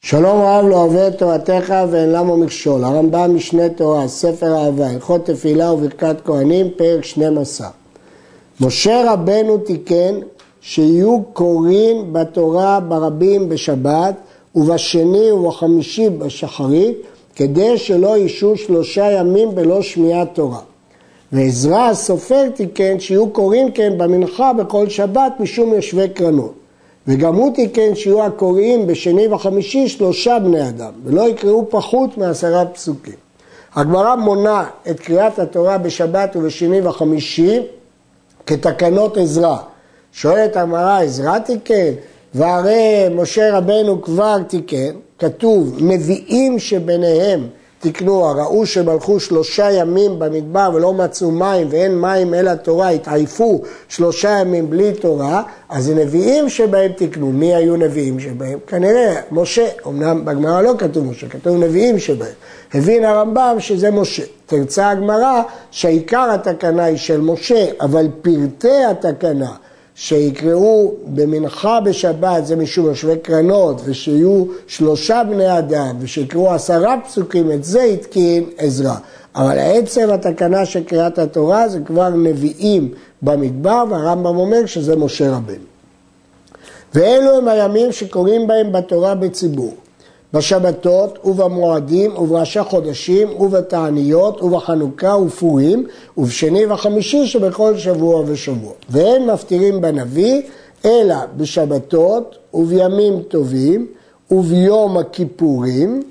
שלום רב לא אוהב את תורתך ואין למה מכשול. הרמב"ם משנה תורה, ספר אהבה, הלכות תפילה וברכת כהנים, פרק 12. משה רבנו תיקן שיהיו קוראים בתורה ברבים בשבת ובשני ובחמישי בשחרית, כדי שלא ישו 3 ימים בלא שמיעת תורה. ועזרא הסופר תיקן שיהיו קוראים כן במנחה בכל שבת משום יושבי קרנות. וגם הוא תיקן שיהיו הקוראים בשני וחמישי 3 בני אדם, ולא יקראו פחות מ10 פסוקים. הגמרא מונה את קריאת התורה בשבת ובשני וחמישי כתקנות עזרא. שואלת הגמרא, עזרא תיקן? והרי משה רבנו כבר תיקן, כתוב נביאים שביניהם תקנו, ראו שמלכו 3 ימים במדבר ולא מצאו מים ואין מים אלא תורה, התעייפו 3 ימים בלי תורה, אז נביאים שבהם תקנו. מי היו נביאים שבהם? כנראה משה, אמנם בגמרא לא כתוב משה, כתוב נביאים שבהם. הבין הרמב"ם שזה משה. תרצה הגמרא שעיקר התקנה היא של משה, אבל פרטי התקנה שיקראו במנחה בשבת זה משום יושבי קרנות, ושיהיו 3 בני אדם ושיקראו 10 פסוקים, את זה התקין עזרא. אבל עצם התקנה של קריאת התורה זה כבר נביאים במדבר, והרמב"ם אומר שזה משה רבנו. ואלו הם הימים שקוראים בהם בתורה בציבור, בשבתות ובמועדים ובראשי חודשים ובתעניות ובחנוכה ופורים ובשני וחמישי שבכל שבוע ושבוע. ואין מפטירים בנביא אלא בשבתות ובימים טובים וביום הכיפורים.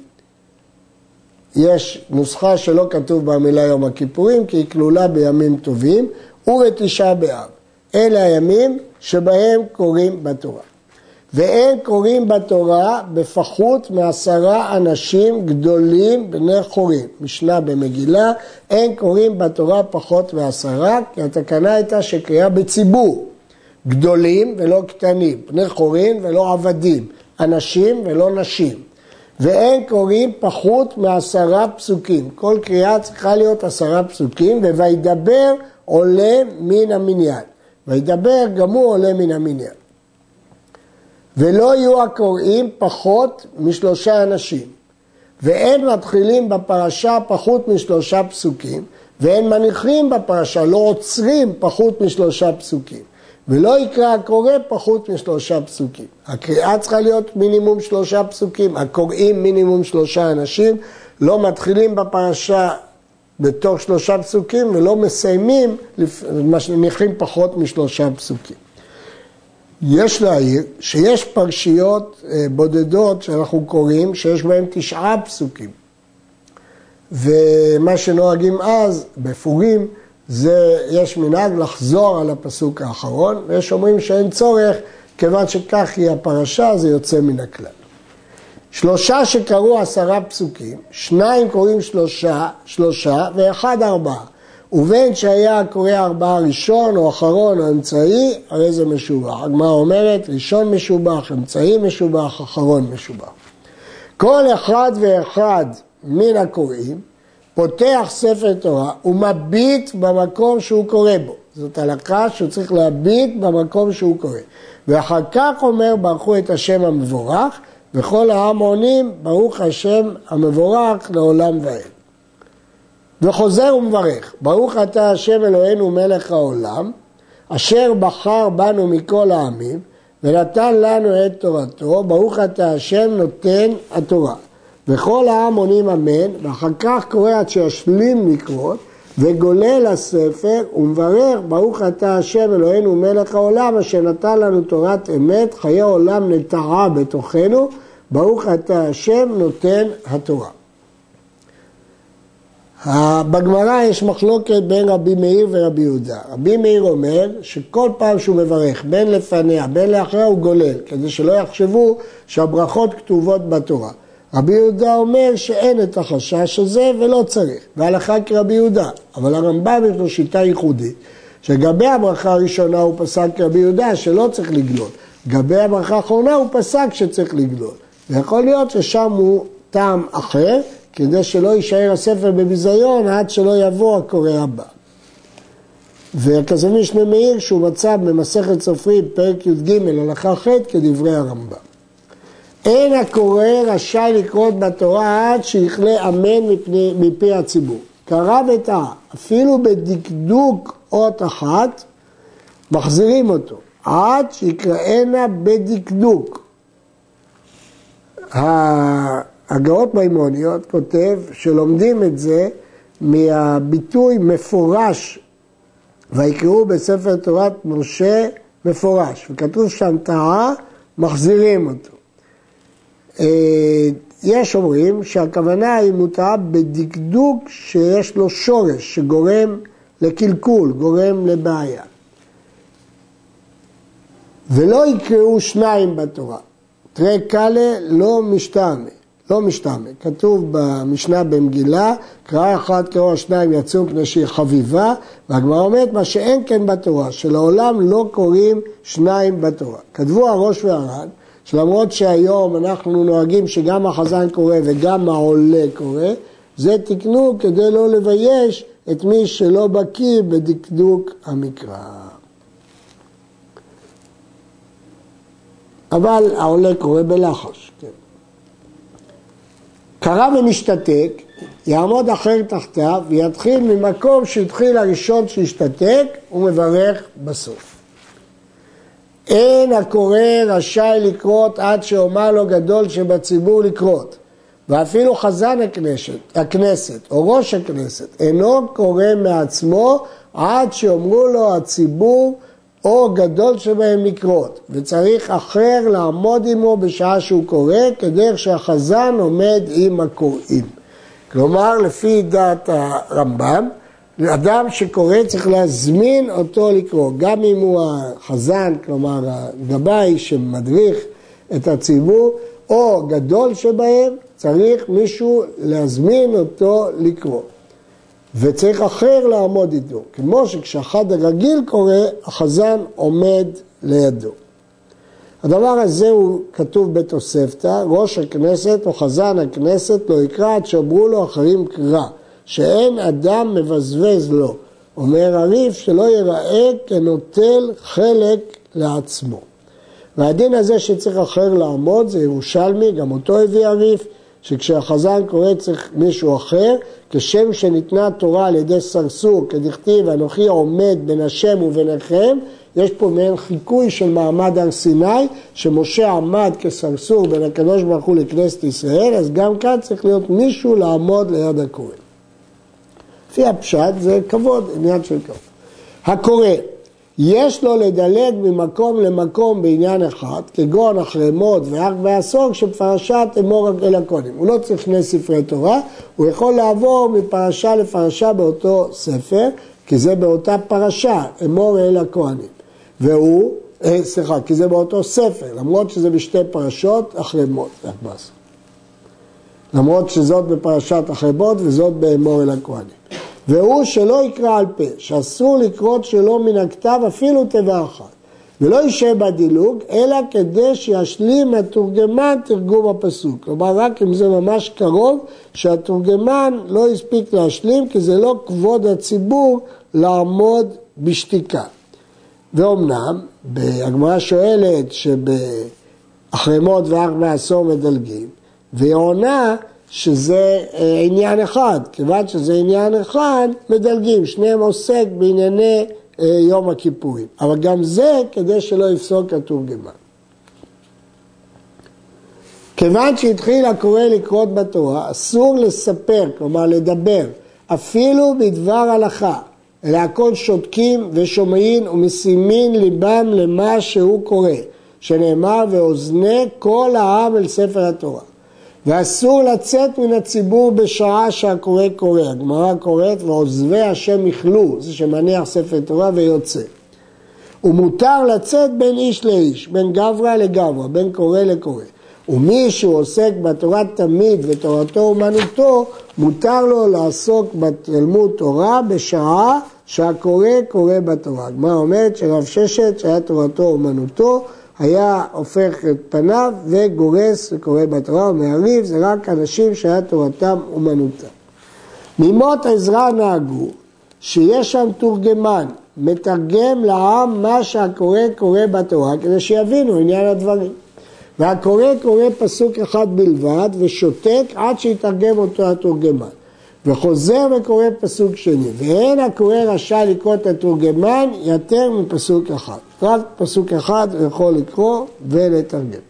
יש נוסחה שלא כתוב במילה יום הכיפורים כי היא כלולה בימים טובים, ובתשעה באב. אלה הימים שבהם קוראים בתורה. ואין קוראים בתורה בפחות מ10 אנשים גדולים בני חורין. משנה במגילה, אין קוראים בתורה פחות מ10, כי התקנה הייתה שקריאה בציבור. גדולים ולא קטנים, בני חורין ולא עבדים, אנשים ולא נשים. ואין קוראים פחות מ10 פסוקים. כל קריאה צריכה להיות 10 פסוקים, וידבר עולה מן המניין. וידבר גם הוא עולה מן המניין. ולא יהיו הקוראים פחות מ3 אנשים, ואין מתחילים בפרשה פחות מ3 פסוקים, ואין מניחים בפרשה, לא עוצרים פחות מ3 פסוקים, ולא יקרא הקורא פחות מ3 פסוקים. הקריאה צריכה להיות מינימום 3 פסוקים, הקוראים מינימום 3 אנשים, לא מתחילים בפרשה בתוך 3 פסוקים, ולא מסיימים, מניחים פחות מ3 פסוקים. יש להעיר שיש פרשיות בודדות שאנחנו קוראים שיש בהן 9 פסוקים. ומה שנוהגים אז בפורים זה יש מנהג לחזור על הפסוק האחרון, ויש אומרים שאין צורך כיוון שכך היא הפרשה, זה יוצא מן הכלל. 3 שקראו 10 פסוקים, 2 קוראים 3 ואחד 4. ובין שהיה קורא 4 ראשון או אחרון או אמצעי, הרי זה משובח. הגמרא אומרת, ראשון משובח, אמצעי משובח, אחרון משובח. כל אחד ואחד מן הקוראים פותח ספר תורה ומביט במקום שהוא קורא בו. זאת הלכה שהוא צריך להביט במקום שהוא קורא. ואחר כך אומר, ברכו את השם המבורך, וכל העם עונים, ברוך השם המבורך לעולם ועד. וחוזר ומברך, ברוך אתה השם אלוהינו מלך העולם, אשר בחר בנו מכל העמים, ונתן לנו את תורתו, ברוך אתה השם נותן התורה. וכל העם עונים אמן, ואחר כך קורא עד שישלים לקרוא, וגולל הספר ומברך, ברוך אתה השם אלוהינו מלך העולם, אשר נתן לנו תורת אמת, חיי עולם נטעה בתוכנו, ברוך אתה השם נותן התורה. בגמרא יש מחלוקת בין רבי מאיר ורבי יהודה. רבי מאיר אומר שכל פעם שהוא מברך בין לפניה בין לאחריה הוא גולל, כדי שלא יחשבו שהברכות כתובות בתורה. רבי יהודה אומר שאין את החשש הזה ולא צריך, והלכה כרבי יהודה. אבל הרמב"ם יש לו שיטה ייחודית, שגבי הברכה הראשונה הוא פסק כרבי יהודה שלא צריך לגלות, גבי הברכה האחרונה הוא פסק שצריך לגלות. ויכול להיות ששם הוא טעם אחר, כדי שלא יישאר הספר בביזיון עד שלא יבוא הקורא הבא. וכזה משנה מאיר שהוא מצא במסכת סופרים פרק י"ג הלכה ח' כדברי הרמב"ם. אין הקורא רשאי לקרות בתורה עד שיכלה אמן מפי הציבור. קרא וטעה, אפילו בדקדוק אות אחת, מחזירים אותו, עד שיקראנה בדקדוק. הגאות מימוניות כותב שלומדים את זה מהביטוי מפורש, ויקראו בספר תורת משה מפורש, וכתוב שם טעה, מחזירים אותו. יש אומרים שהכוונה היא מוטעה בדקדוק שיש לו שורש, שגורם לקלקול, גורם לבעיה. ולא יקראו שניים בתורה. תרי קלה לא משתמע. כתוב במשנה במגילה, קרא אחד קראו השניים יצאו פני שהיא חביבה, והגמרא אומרת מה שאין כן בתורה, שלעולם לא קוראים שניים בתורה. כתבו הראש והר"ן, שלמרות שהיום אנחנו נוהגים שגם החזן קורא וגם העולה קורא, זה תקנו כדי לא לבייש את מי שלא בקיא בדקדוק המקרא. אבל העולה קורא בלחש. כן. קרא ומשתתק, יעמוד אחר תחתיו ויתחיל ממקום שהתחיל הראשון שהשתתק ומברך בסוף. אין הקורא רשאי לקרות עד שאומר לו גדול שבציבור לקרות. ואפילו חזן הכנסת או ראש הכנסת אינו קורא מעצמו עד שאומרו לו הציבור או גדול שבהם לקרות. וצריך אחר לעמוד עמו בשעה שהוא קורא כדרך שהחזן עומד עם הקוראים. כלומר לפי דעת הרמב"ם, אדם שקורא צריך להזמין אותו לקרוא, גם אם הוא החזן, כלומר הגבאי שמדריך את הציבור, או גדול שבהם, צריך מישהו להזמין אותו לקרוא. וצריך אחר לעמוד איתו, כמו שכשאחד הרגיל קורא, החזן עומד לידו. הדבר הזה הוא כתוב בתוספתא, ראש הכנסת או חזן הכנסת לא יקרא עד שאמרו לו אחרים קרא. שאין אדם מבזבז לו, אומר הריף שלא ייראה כנוטל חלק לעצמו. והדין הזה שצריך אחר לעמוד זה ירושלמי, גם אותו הביא הריף, שכשהחזן קורא צריך מישהו אחר, כשם שניתנה תורה על ידי סרסור, כדכתיב אנוכי עומד בין השם וביניכם, יש פה מעין חיקוי של מעמד הר סיני, שמשה עמד כסרסור בין הקדוש ברוך הוא לכנסת ישראל, אז גם כאן צריך להיות מישהו לעמוד ליד הקורא. לפי הפשט זה כבוד, עניין של כבוד. הקורא, יש לו לדלג ממקום למקום בעניין אחד, כגון אחרי מות ואח ועשור, שפרשת אמור אל הקודם. הוא לא צריך שני ספרי תורה, הוא יכול לעבור מפרשה לפרשה באותו ספר, כי זה באותה פרשה, אמור אל הכהנים. והוא, כי זה באותו ספר, למרות שזה בשתי פרשות אחרי מות ואח ועשור. למרות שזאת בפרשת אחרי מות וזאת באמור אל הכהנים. והוא שלא יקרא על פה, שאסור לקרות שלא מן הכתב אפילו תיבה אחת. ולא יישב בדילוג, אלא כדי שישלים התורגמן תרגום הפסוק. כלומר, רק אם זה ממש קרוב, שהתורגמן לא יספיק להשלים, כי זה לא כבוד הציבור לעמוד בשתיקה. ואומנם, הגמרא שואלת שבאחרי מות ואח ועשור מדלגים, והיא עונה שזה עניין אחד, כיוון שזה עניין אחד, מדלגים, שניהם עוסק בענייני יום הכיפורים. אבל גם זה כדי שלא יפסוק התורגמן. כיוון שהתחיל הקורא לקרות בתורה, אסור לספר, כלומר לדבר, אפילו בדבר הלכה, אלא הכל שותקים ושומעים ומשימים ליבם למה שהוא קורא, שנאמר ואוזני כל העם אל ספר התורה. ואסור לצאת מן הציבור בשעה שהקורא קורא. הגמרא קוראת ועוזבי השם יכלו, זה שמניח ספר תורה ויוצא. ומותר לצאת בין איש לאיש, בין גברא לגברא, בין קורא לקורא. ומי שהוא עוסק בתורה תמיד ותורתו אומנותו, מותר לו לעסוק בתלמוד תורה בשעה שהקורא קורא בתורה. הגמרא אומרת שרב ששת שהיה תורתו אומנותו, היה הופך את פניו וגורס וקורא בתורה, ומעריב זה רק אנשים שהיה תורתם אומנותם. ממות עזרא נהגו שיש שם תורגמן, מתרגם לעם מה שהקורא קורא בתורה, כדי שיבינו עניין הדברים. והקורא קורא פסוק אחד בלבד ושותק עד שיתרגם אותו התורגמן. וחוזר וקורא פסוק שני, ואין הקורא רשאי לקרוא את התורגמן יותר מפסוק אחד. רק פסוק אחד יכול לקרוא ולתרגם.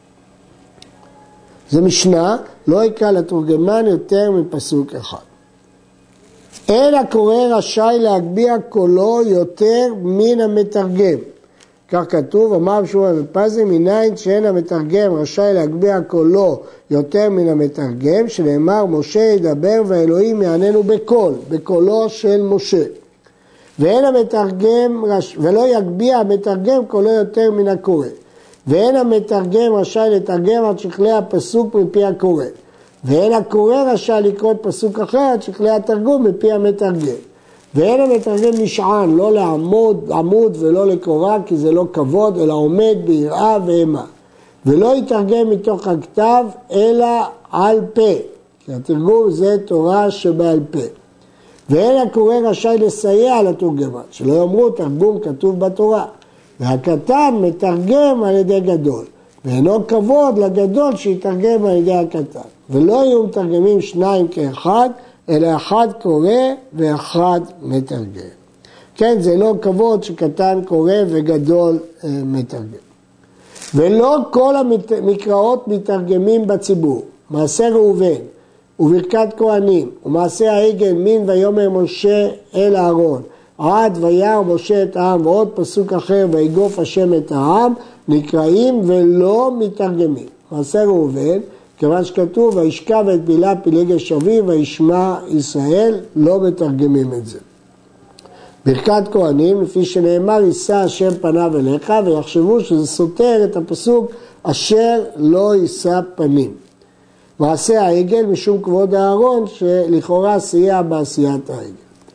זה משנה, לא יקרא לתורגמן יותר מפסוק אחד. אין הקורא רשאי להגביה קולו יותר מן המתרגם. כך כתוב, אמר שמואל בפזי, מניין שאין המתרגם רשאי להגביה קולו יותר מן המתרגם, שנאמר משה ידבר והאלוהים יעננו בקול, בקולו של משה. ואין המתרגם, ולא יגביה המתרגם קולו יותר מן הקורא. ואין המתרגם רשאי לתרגם עד שכלי הפסוק מפי הקורא. ואין הקורא רשאי לקרוא פסוק אחר עד שכלי התרגום מפי המתרגם. ואין המתרגם נשען, לא לעמוד ולא לקורא, כי זה לא כבוד, אלא עומד ביראה ואימה. ולא יתרגם מתוך הכתב, אלא על פה. כי התרגום זה תורה שבעל פה. ואין הקורא רשאי לסייע לתורגמן, שלא יאמרו תרגום כתוב בתורה. והקטן מתרגם על ידי גדול. ואינו כבוד לגדול שיתרגם על ידי הקטן. ולא יהיו מתרגמים שניים כאחד, אלא אחד קורא ואחד מתרגם. כן, זה לא כבוד שקטן קורא וגדול מתרגם. ולא כל המקראות מתרגמים בציבור. מעשה ראובן וברכת כהנים ומעשה העגל מין ויאמר משה אל אהרון עד וירא משה את העם ועוד פסוק אחר ויגוף השם את העם נקראים ולא מתרגמים. מעשה ראובן כיוון שכתוב וישכב את בילה פילגש שביב וישמע ישראל, לא מתרגמים את זה. ברכת כהנים לפי שנאמר יישא השם פניו אליך, ויחשבו שזה סותר את הפסוק אשר לא יישא פנים. מעשה העגל משום כבוד אהרון שלכאורה סייע בעשיית העגל.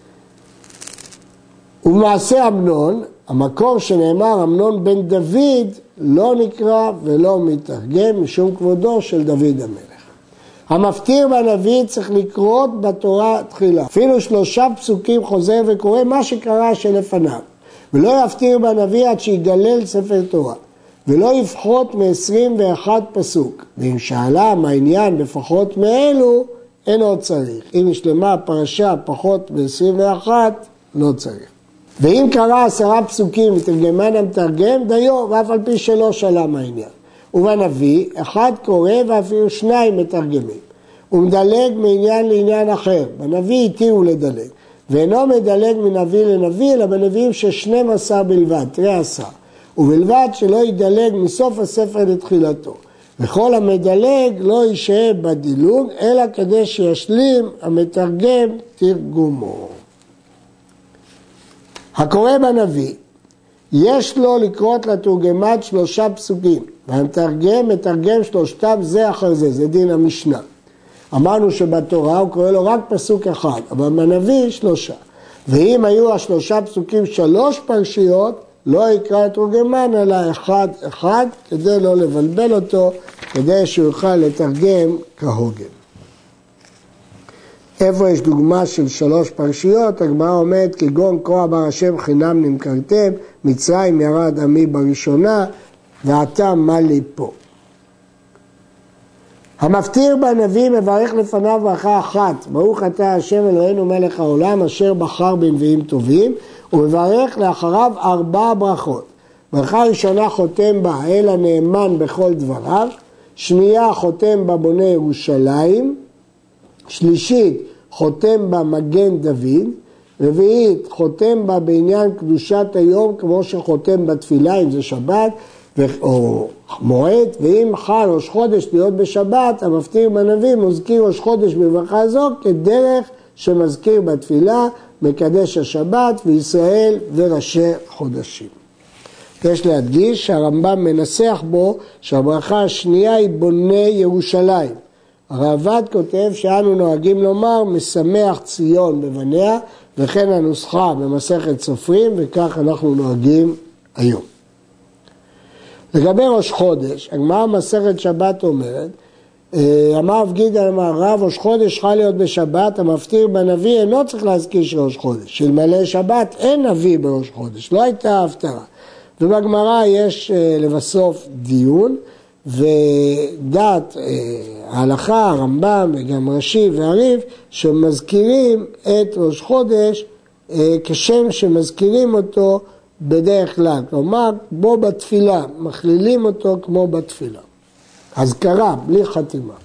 ובמעשה אמנון, המקור שנאמר אמנון בן דוד לא נקרא ולא מתרגם משום כבודו של דוד המלך. המפטיר בנביא צריך לקרות בתורה תחילה. אפילו 3 פסוקים חוזר וקורא מה שקרה שלפניו. ולא יפטיר בנביא עד שיגלל ספר תורה. ולא יפחות מ-21 פסוק. ואם שאלה מה העניין בפחות מאלו, אין עוד צריך. אם ישלמה פרשה פחות מ-21, לא צריך. ואם קרא 10 פסוקים ותרגמן המתרגם, דיו, ואף על פי שלא שאלה מה העניין. ובנביא, 1 קורא ואפילו 2 מתרגמים. הוא מדלג מעניין לעניין אחר. בנביא התירו לדלג. ואינו מדלג מנביא לנביא, אלא בנביאים ש12 בלבד, 13. ובלבד שלא ידלג מסוף הספר לתחילתו. וכל המדלג לא יישאר בדילוג, אלא כדי שישלים המתרגם תרגומו. הקורא בנביא, יש לו לקרות לתורגמן 3 פסוקים, והמתרגם מתרגם 3 זה אחר זה, זה דין המשנה. אמרנו שבתורה הוא קורא לו רק פסוק אחד, אבל בנביא 3. ואם היו 3 פסוקים 3 פרשיות, לא יקרא לתורגמן אלא אחד, כדי לא לבלבל אותו, כדי שהוא יוכל לתרגם כהוגן. איפה יש דוגמה של 3 פרשיות? הגמרא אומרת כגון כה אמר השם חינם נמכרתם, מצרים ירד עמי בראשונה, ועתה מה לי פה. המפטיר בנביא מברך לפניו ברכה אחת, ברוך אתה השם אלוהינו מלך העולם אשר בחר בנביאים טובים, ומברך לאחריו 4 ברכות. ברכה ראשונה חותם בה אל הנאמן בכל דבריו, שנייה חותם בה בונה ירושלים, שלישית חותם בה מגן דוד, רביעית חותם בה בעניין קדושת היום כמו שחותם בתפילה אם זה שבת או מועד, ואם חל ראש חודש להיות בשבת, המפטיר בנביא מזכיר ראש חודש בברכה זו כדרך שמזכיר בתפילה מקדש השבת וישראל וראשי חודשים. יש להדגיש שהרמב"ם מנסח בו שהברכה השנייה היא בונה ירושלים. הרעב"ד כותב שאנו נוהגים לומר משמח ציון בבניה, וכן הנוסחה במסכת סופרים, וכך אנחנו נוהגים היום. לגבי ראש חודש, הגמרא מסכת שבת אומרת, אמר רב גידל אמר רב ראש חודש חל להיות בשבת, המפטיר בנביא אינו צריך להזכיר שראש חודש, שלמלא שבת אין נביא בראש חודש, לא הייתה הפטרה. ובגמרא יש לבסוף דיון, ודעת ההלכה, הרמב"ם וגם רש"י והרי"ף, שמזכירים את ראש חודש כשם שמזכירים אותו בדרך כלל. כלומר, כמו בתפילה, מכלילים אותו כמו בתפילה. הזכרה, בלי חתימה.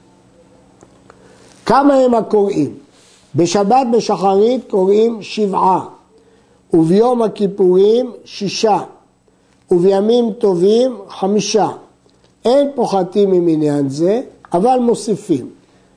כמה הם הקוראים? בשבת בשחרית קוראים 7, וביום הכיפורים 6, ובימים טובים 5. אין פוחתים ממניין זה, אבל מוסיפים.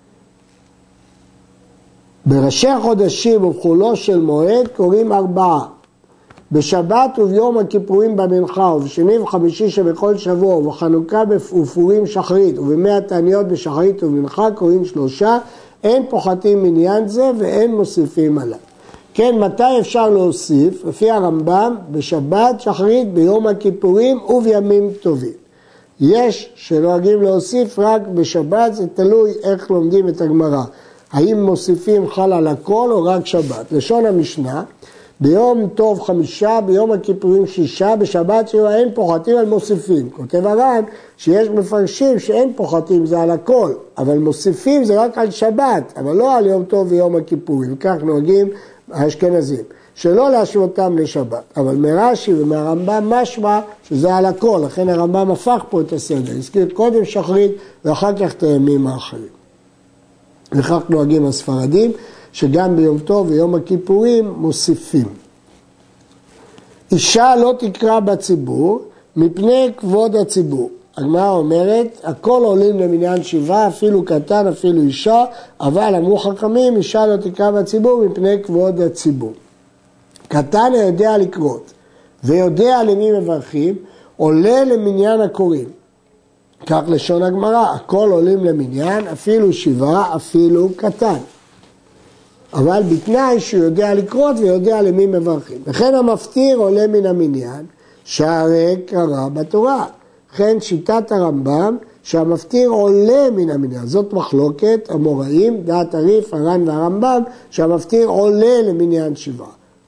בראשי חודשים ובחולו של מועד קוראים 4. בשבת וביום הכיפורים במנחה ובשני וחמישי שבכל שבוע ובחנוכה בפורים שחרית ובימי התעניות בשחרית ובמנחה קוראים 3. אין פוחתים מניין זה ואין מוסיפים עליו. כן, מתי אפשר להוסיף? לפי הרמב"ם, בשבת שחרית, ביום הכיפורים ובימים טובים. יש שנוהגים להוסיף רק בשבת, זה תלוי איך לומדים את הגמרא. האם מוסיפים חל על הכל או רק שבת? לשון המשנה, ביום טוב 5, ביום הכיפורים 6, בשבת 7 אין פוחתים על מוסיפים. כותב הר"ן שיש מפרשים שאין פוחתים זה על הכל, אבל מוסיפים זה רק על שבת, אבל לא על יום טוב ויום הכיפורים. כך נוהגים האשכנזים. שלא להשוותם לשבת, אבל מרש"י ומהרמב"ם משמע שזה על הכל, לכן הרמב"ם הפך פה את הסדר, הזכיר קודם שחרית ואחר כך את הימים האחרים. וכך נוהגים הספרדים, שגם ביום טוב ויום הכיפורים מוסיפים. אישה לא תקרא בציבור מפני כבוד הציבור. הגמרא אומרת, הכל עולים למניין 7, אפילו קטן, אפילו אישה, אבל אמרו חכמים, אישה לא תקרא בציבור מפני כבוד הציבור. קטן יודע לקרות, ויודע למי מברכים, עולה למניין הקוראים. כך לשון הגמרא, הכל עולים למניין, אפילו 7, אפילו קטן. אבל בתנאי שהוא יודע לקרות ויודע למי מברכים. וכן המפטיר עולה מן המניין, שהרי קרא בתורה. לכן שיטת הרמב"ם, שהמפטיר עולה מן המניין. זאת מחלוקת, המוראים, דעת הרי"ף, הר"ן והרמב"ם, שהמפטיר עולה למניין 7.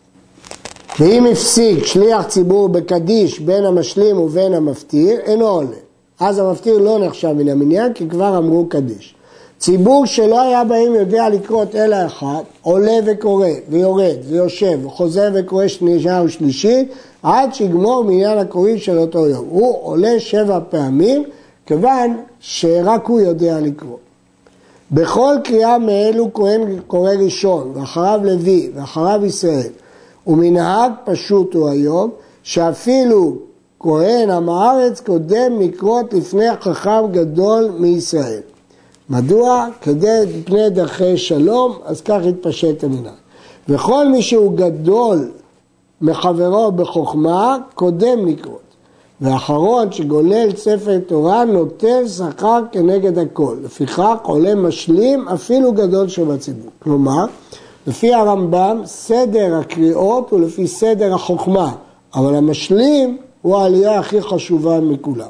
ואם הפסיק שליח ציבור בקדיש בין המשלים ובין המפטיר, אינו עולה. אז המפטיר לא נחשב מן המניין, כי כבר אמרו קדיש. ציבור שלא היה בהם יודע לקרות אלא אחד, עולה וקורא ויורד ויושב וחוזר וקורא שנייה ושלישית, עד שיגמור מניין הקוראים של אותו יום. הוא עולה 7 פעמים, כיוון שרק הוא יודע לקרוא. בכל קריאה מאלו כהן קורא ראשון, ואחריו לוי, ואחריו ישראל. ומנהג פשוט הוא היום, שאפילו כהן עם הארץ קודם לקרות לפני חכם גדול מישראל. מדוע? כדי לפני דרכי שלום, אז כך יתפשט המנהג. וכל מי שהוא גדול מחברו בחוכמה, קודם לקרות. ואחרון שגולל ספר תורה נוטל שכר כנגד הכל. לפיכך עולה משלים אפילו גדול שבציבור. כלומר, לפי הרמב"ם, סדר הקריאות הוא לפי סדר החוכמה, אבל המשלים הוא העלייה הכי חשובה מכולם.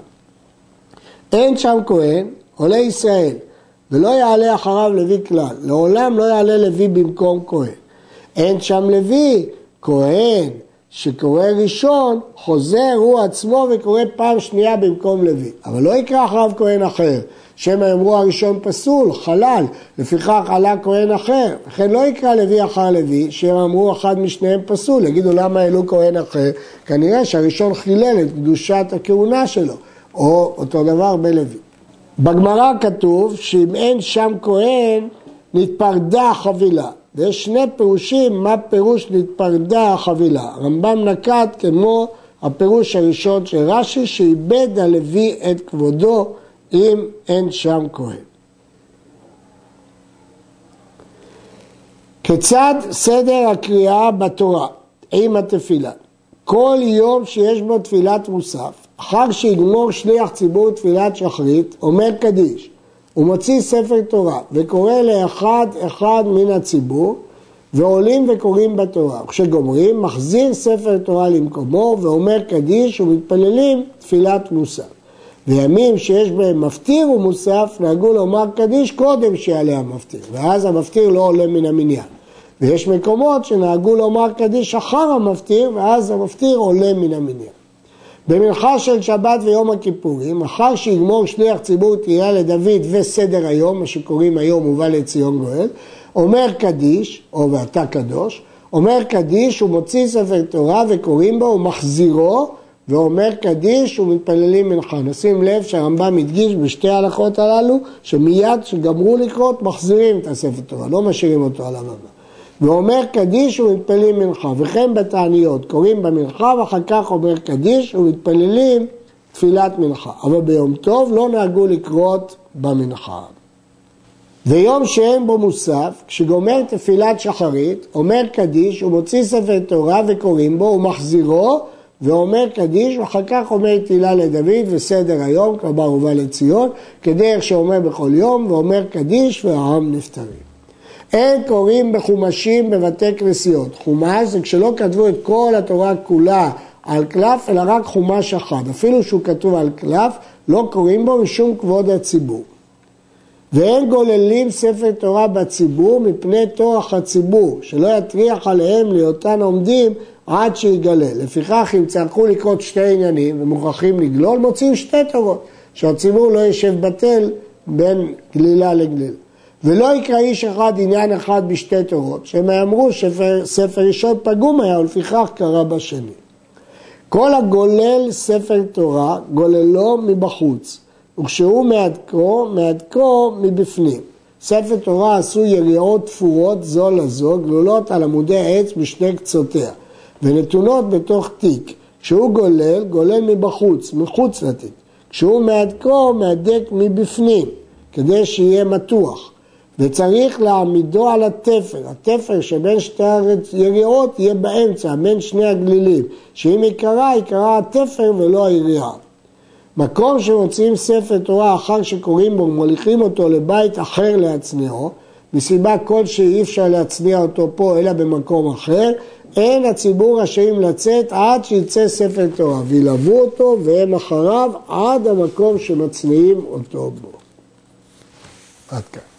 אין שם כהן, עולה ישראל, ולא יעלה אחריו לוי כלל. לעולם לא יעלה לוי במקום כהן. אין שם לוי, כהן שקורא ראשון, חוזר הוא עצמו וקורא פעם שנייה במקום לוי. אבל לא יקרא אחריו כהן אחר. שמא יאמרו הראשון פסול, חלל, לפיכך עלה כהן אחר. לכן לא יקרא לוי אחר לוי, שמא אמרו אחד משניהם פסול. יגידו למה העלו כהן אחר? כנראה שהראשון חילל את קדושת הכהונה שלו, או אותו דבר בלוי. בגמרא כתוב שאם אין שם כהן, נתפרדה חבילה. ויש 2 פירושים מה פירוש נתפרדה החבילה. הרמב"ם נקט כמו הפירוש הראשון של רש"י, שאיבד הלוי את כבודו אם אין שם כהן. כיצד סדר הקריאה בתורה עם התפילה? כל יום שיש בו תפילת מוסף, אחר שיגמור שליח ציבור תפילת שחרית, אומר קדיש, הוא מוציא ספר תורה וקורא לאחד אחד מן הציבור, ועולים וקוראים בתורה. כשגומרים, מחזיר ספר תורה למקומו ואומר קדיש ומתפללים תפילת מוסף. וימים שיש בהם מפטיר ומוסף, נהגו לומר קדיש קודם שיעלה המפטיר, ואז המפטיר לא עולה מן המניין. ויש מקומות שנהגו לומר קדיש אחר המפטיר, ואז המפטיר עולה מן המניין. במנחה של שבת ויום הכיפורים, אחר שיגמור שליח ציבור תהילה לדוד וסדר היום, מה שקוראים היום ובא לציון גואל, אומר קדיש, או ואתה קדוש, אומר קדיש ומוציא ספר תורה וקוראים בו ומחזירו, ואומר קדיש ומתפללים מנחה. נשים לב שהרמב"ם מדגיש בשתי ההלכות הללו, שמיד שגמרו לקרות מחזירים את הספר תורה, לא משאירים אותו על הבמה. ואומר קדיש ומתפללים מנחה, וכן בתעניות קוראים במנחה ואחר כך אומר קדיש ומתפללים תפילת מנחה. אבל ביום טוב לא נהגו לקרות במנחה. ויום שאין בו מוסף, כשגומר תפילת שחרית, אומר קדיש ומוציא ספר תורה וקוראים בו ומחזירו, ואומר קדיש ואחר כך אומר תהילה לדוד וסדר היום, כלומר ובא לציון, כדרך שאומר בכל יום, ואומר קדיש והעם נפטרים. אין קוראים בחומשים בבתי כנסיות. חומש זה כשלא כתבו את כל התורה כולה על קלף, אלא רק חומש אחד. אפילו שהוא כתוב על קלף, לא קוראים בו משום כבוד הציבור. ואין גוללים ספר תורה בציבור מפני תורך הציבור, שלא יטריח עליהם להיותן עומדים עד שיגלה. לפיכך אם צרכו לקרות שתי עניינים ומוכרחים לגלול, מוצאים שתי תורות, שהציבור לא ישב בטל בין גלילה לגלילה. ולא יקרא איש אחד עניין אחד בשתי תורות, שהם אמרו ספר ראשון פגום היה ולפיכך קרא בשני. כל הגולל ספר תורה גוללו מבחוץ, וכשהוא מהדקו מבפנים. ספר תורה עשו יריעות תפורות זו לזו, גלולות על עמודי עץ בשני קצותיה, ונתונות בתוך תיק. כשהוא גולל, גולל מבחוץ, מחוץ לתיק. כשהוא מהדק מבפנים, כדי שיהיה מתוח. וצריך להעמידו על התפר. התפר שבין שתי היריעות יהיה באמצע, בין שני הגלילים. שאם יקרה התפר ולא היריעה. מקום שמוצאים ספר תורה אחר שקוראים בו ומוליכים אותו לבית אחר להצניעו, מסיבה כלשהי אי אפשר להצניע אותו פה אלא במקום אחר, אין הציבור רשאים לצאת עד שיצא ספר תורה, וילוו אותו והם אחריו עד המקום שמצניעים אותו בו. עד כאן.